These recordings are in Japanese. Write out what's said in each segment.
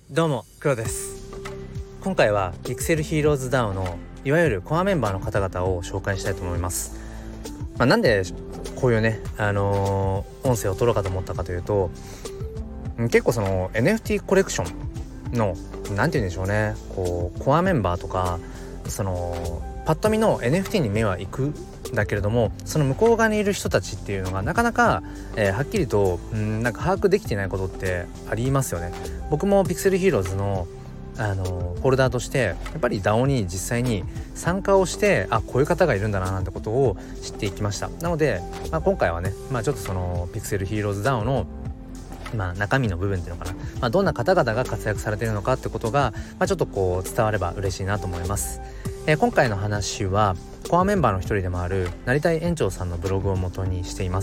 どうも黒です。今回はピクセルヒーローズ DAO のいわゆるコアメンバーの方々を紹介したいと思います。なんでこういうね、音声を取ろうかと思ったかというと、結構その NFT コレクションのなんて言うんでしょうね、こうコアメンバーとかそのパッと見の NFT に目は行くんだけれども、その向こう側にいる人たちっていうのがなかなか、はっきりとなんか把握できていないことってありますよね。僕もピクセルヒーローズのフォルダーとしてやっぱり DAO に実際に参加をして、こういう方がいるんだななんてことを知っていきました。なので、今回はね、ちょっとそのピクセルヒーローズ DAO の中身の部分っていうのかな、どんな方々が活躍されているのかってことが、ちょっとこう伝われば嬉しいなと思います。今回の話はコアメンバーの一人でもある成田園長さんのブログを元にしています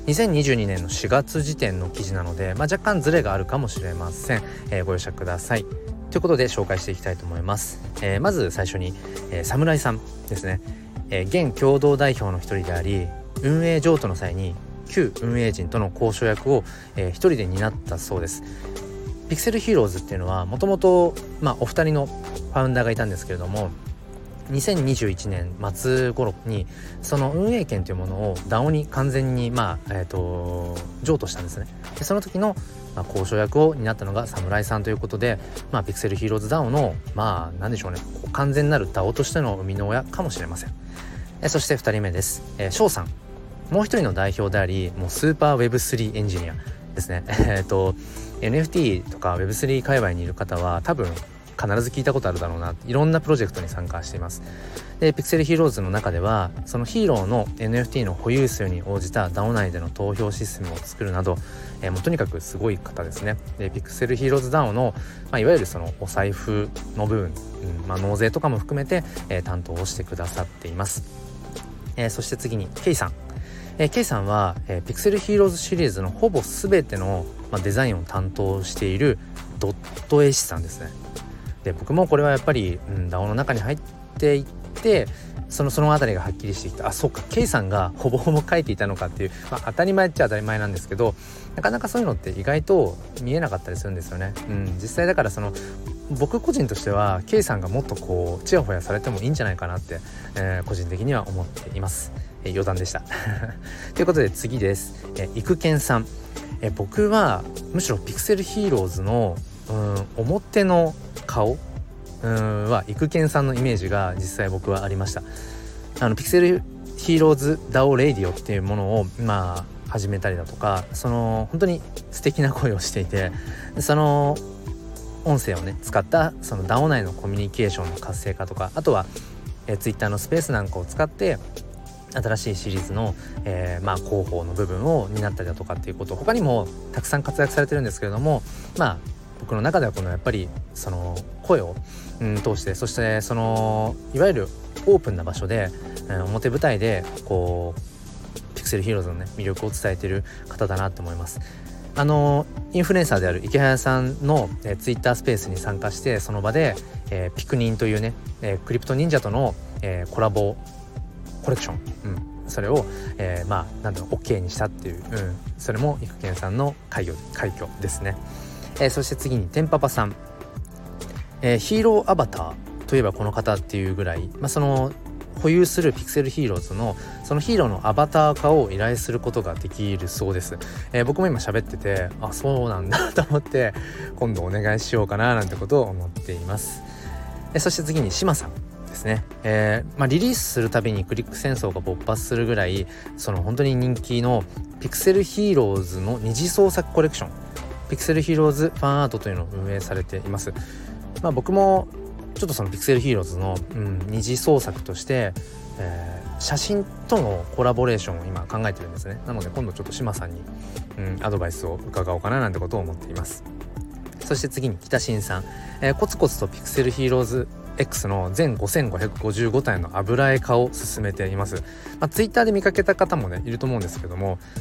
。2022年の4月時点の記事なので、若干ズレがあるかもしれません。ご容赦くださいということで紹介していきたいと思います。まず最初に、侍さんですね。現共同代表の一人であり、運営譲渡の際に旧運営陣との交渉役を、一人で担ったそうです。ピクセルヒーローズっていうのはもともとお二人のファウンダーがいたんですけれども、2021年末頃にその運営権というものを DAO に完全に譲渡したんですね。でその時の交渉役を担ったのが侍さんということで、ピクセルヒーローズ DAO のなんでしょうね、完全なる DAO としての生みの親かもしれません。そして2人目です。翔さん、もう一人の代表であり、もうスーパー Web3 エンジニアですね。NFT とか Web3 界隈にいる方は多分必ず聞いたことあるだろうな。いろんなプロジェクトに参加しています。でピクセルヒーローズの中ではそのヒーローの NFT の保有数に応じた DAO 内での投票システムを作るなど、もうとにかくすごい方ですね。でピクセルヒーローズ DAO の、いわゆるそのお財布の部分、納税とかも含めて、担当をしてくださっています。そして次にケイさん。ケイさんは、ピクセルヒーローズシリーズのほぼ全ての、デザインを担当しているドット絵師さんですね。で僕もこれはやっぱり、DAO の中に入っていってそのあたりがはっきりしてきた。そうか、ケイさんがほぼほぼ書いていたのかっていう、当たり前っちゃ当たり前なんですけど、なかなかそういうのって意外と見えなかったりするんですよね。実際だからその僕個人としてはケイさんがもっとこうチヤホヤされてもいいんじゃないかなって、個人的には思っています。余談でしたということで次です。イクケンさん。僕はむしろピクセルヒーローズの表の顔はイクケンさんのイメージが実際僕はありました。ピクセルヒーローズ DAO レイディオっていうものを始めたりだとか、その本当に素敵な声をしていて、その音声をね使ったその DAO 内のコミュニケーションの活性化とか、あとは、Twitter のスペースなんかを使って新しいシリーズの、広報の部分を担ったりだとかっていうこと、他にもたくさん活躍されてるんですけれども、僕の中ではこのやっぱりその声を通して、そしてそのいわゆるオープンな場所で、表舞台でこうピクセルヒーローズのね魅力を伝えている方だなと思います。インフルエンサーである池早さんの、ツイッタースペースに参加して、その場で、ピクニンというね、クリプト忍者との、コラボコレクション、それを、OK にしたっていう、それもイクケンさんの快挙ですね。そして次にテンパパさん。ヒーローアバターといえばこの方っていうぐらい、その保有するピクセルヒーローズのそのヒーローのアバター化を依頼することができるそうです。僕も今喋っててそうなんだと思って今度お願いしようかななんてことを思っています。そして次にシマさんですね。リリースするたびにクリック戦争が勃発するぐらいその本当に人気のピクセルヒーローズの二次創作コレクション、ピクセルヒーローズファンアートというのを運営されています。僕もちょっとそのピクセルヒーローズの、二次創作として、写真とのコラボレーションを今考えてるんですね。なので今度ちょっと島さんに、アドバイスを伺おうかななんてことを思っています。そして次に北新さん。コツコツとピクセルヒーローズ X の全5555体の油絵化を進めています。ツイッターで見かけた方もねいると思うんですけども、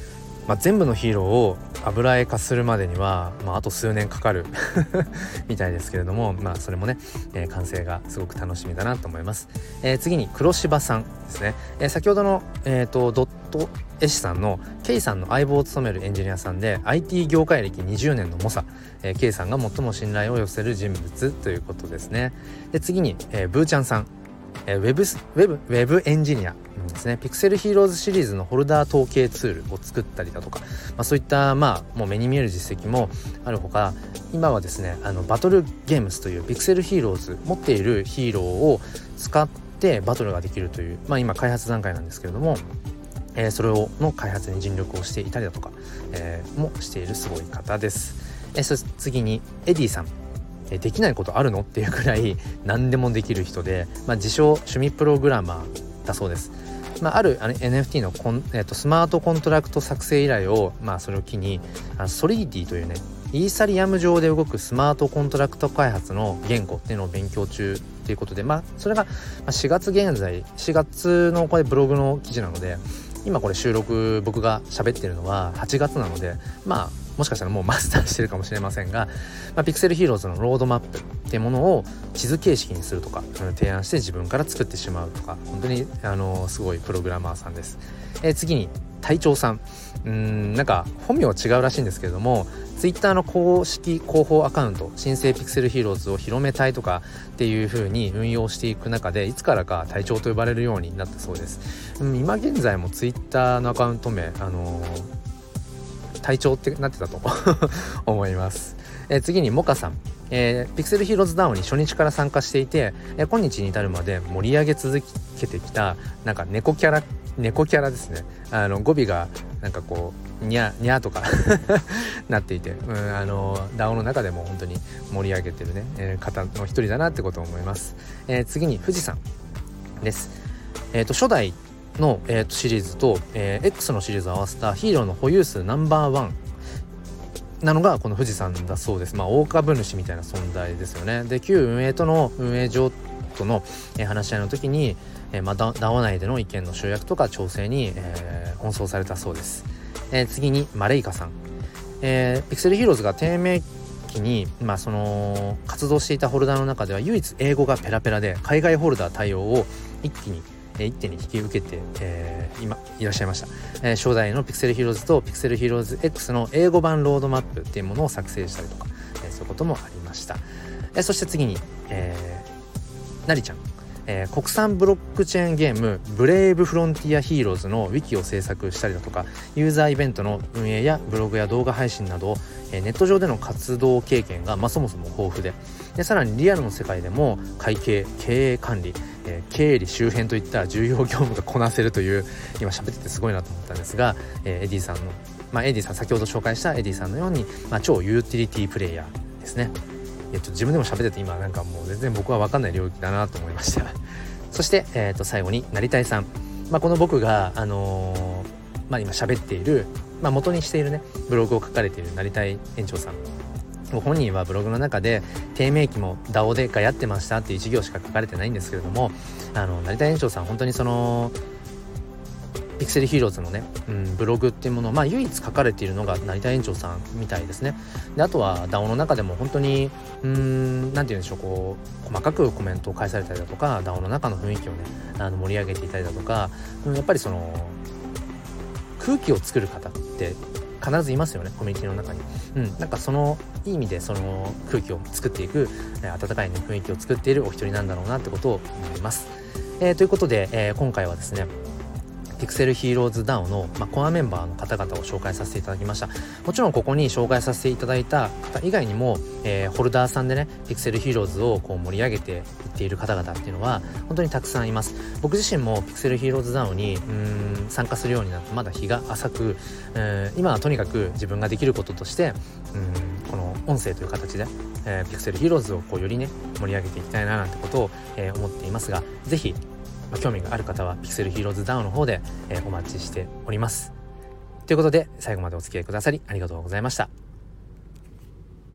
全部のヒーローを油絵化するまでには、あと数年かかるみたいですけれども、それもね、完成がすごく楽しみだなと思います。次に黒柴さんですね。先ほどの、ドット絵師さんの K さんの相棒を務めるエンジニアさんで IT 業界歴20年の猛者、K さんが最も信頼を寄せる人物ということですね。で次に、ブーちゃんさん、ウェブエンジニアですね。ピクセルヒーローズシリーズのホルダー統計ツールを作ったりだとか、そういったもう目に見える実績もあるほか、今はですねバトルゲームスというピクセルヒーローズ持っているヒーローを使ってバトルができるという、今開発段階なんですけれども、それの開発に尽力をしていたりだとか、もしているすごい方です。次にエディさん、できないことあるのっていうくらい何でもできる人で、自称趣味プログラマーだそうです。あるNFT のスマートコントラクト作成依頼を、それを機にソリディというねイーサリアム上で動くスマートコントラクト開発の言語っていうのを勉強中ということで、それが4月現在4月のこれブログの記事なので、今これ収録僕が喋ってるのは8月なので、もしかしたらもうマスターしてるかもしれませんが、ピクセルヒーローズのロードマップっていうものを地図形式にするとか、提案して自分から作ってしまうとか、本当にすごいプログラマーさんです。次に隊長さん、なんか本名は違うらしいんですけれども、ツイッターの公式広報アカウント新生ピクセルヒーローズを広めたいとかっていう風に運用していく中で、いつからか隊長と呼ばれるようになったそうです。今現在もツイッターのアカウント名隊長ってなってたと思います。次にモカさん、ピクセルヒーローズダウンに初日から参加していて、今日に至るまで盛り上げ続けてきたなんか猫キャラですね。語尾がなんかこうにゃとかなっていて、DAO の中でも本当に盛り上げてるね、方の一人だなってことを思います。次に富士山です。初代の、シリーズと、X のシリーズを合わせたヒーローの保有数ナンバーワンなのがこの富士山だそうです。大株主みたいな存在ですよね。で旧運営との運営上との、話し合いの時に、DAO 内での意見の集約とか調整に、奔走されたそうです。次にマレイカさん、ピクセルヒーローズが低迷期に、その活動していたホルダーの中では唯一英語がペラペラで、海外ホルダー対応を一手に引き受けて、今いらっしゃいました。初代のピクセルヒーローズとピクセルヒーローズ X の英語版ロードマップっていうものを作成したりとか、そういうこともありました。そして次に、なりちゃん、国産ブロックチェーンゲームブレイブフロンティアヒーローズのウィキを制作したりだとか、ユーザーイベントの運営やブログや動画配信など、ネット上での活動経験が、そもそも豊富で、さらにリアルの世界でも会計、経営管理、経理周辺といった重要業務がこなせるという、今喋っててすごいなと思ったんですが、エディさんの、エディさん先ほど紹介したエディさんのように、超ユーティリティプレイヤーですね。自分でも喋ってて今なんかもう全然僕は分かんない領域だなと思いました。そして、最後になりたいさん、この僕が、今喋っている、元にしているねブログを書かれているなりたい園長さん、ご本人はブログの中で低迷期も DAO でがやってましたっていう一行しか書かれてないんですけれども、なりたい園長さん本当にそのピクセルヒーローズのね、ブログっていうものを、唯一書かれているのが成田園長さんみたいですね。であとは DAO の中でも本当になんて言うんでしょう、こう細かくコメントを返されたりだとか、 DAO の中の雰囲気をね盛り上げていたりだとか、やっぱりその空気を作る方って必ずいますよね、コミュニティの中に。なんかそのいい意味でその空気を作っていく、温かい、ね、雰囲気を作っているお一人なんだろうなってことを思います。ということで、今回はですねピクセルヒーローズ DAO の、コアメンバーの方々を紹介させていただきました。もちろんここに紹介させていただいた方以外にも、ホルダーさんでねピクセルヒーローズをこう盛り上げていっている方々っていうのは本当にたくさんいます。僕自身もピクセルヒーローズ DAO に参加するようになってまだ日が浅く、今はとにかく自分ができることとしてこの音声という形で、ピクセルヒーローズをこうよりね盛り上げていきたいななんてことを、思っていますが、ぜひ興味がある方はピクセルヒーローズ DAO の方で、お待ちしております。ということで最後までお付き合いくださりありがとうございました。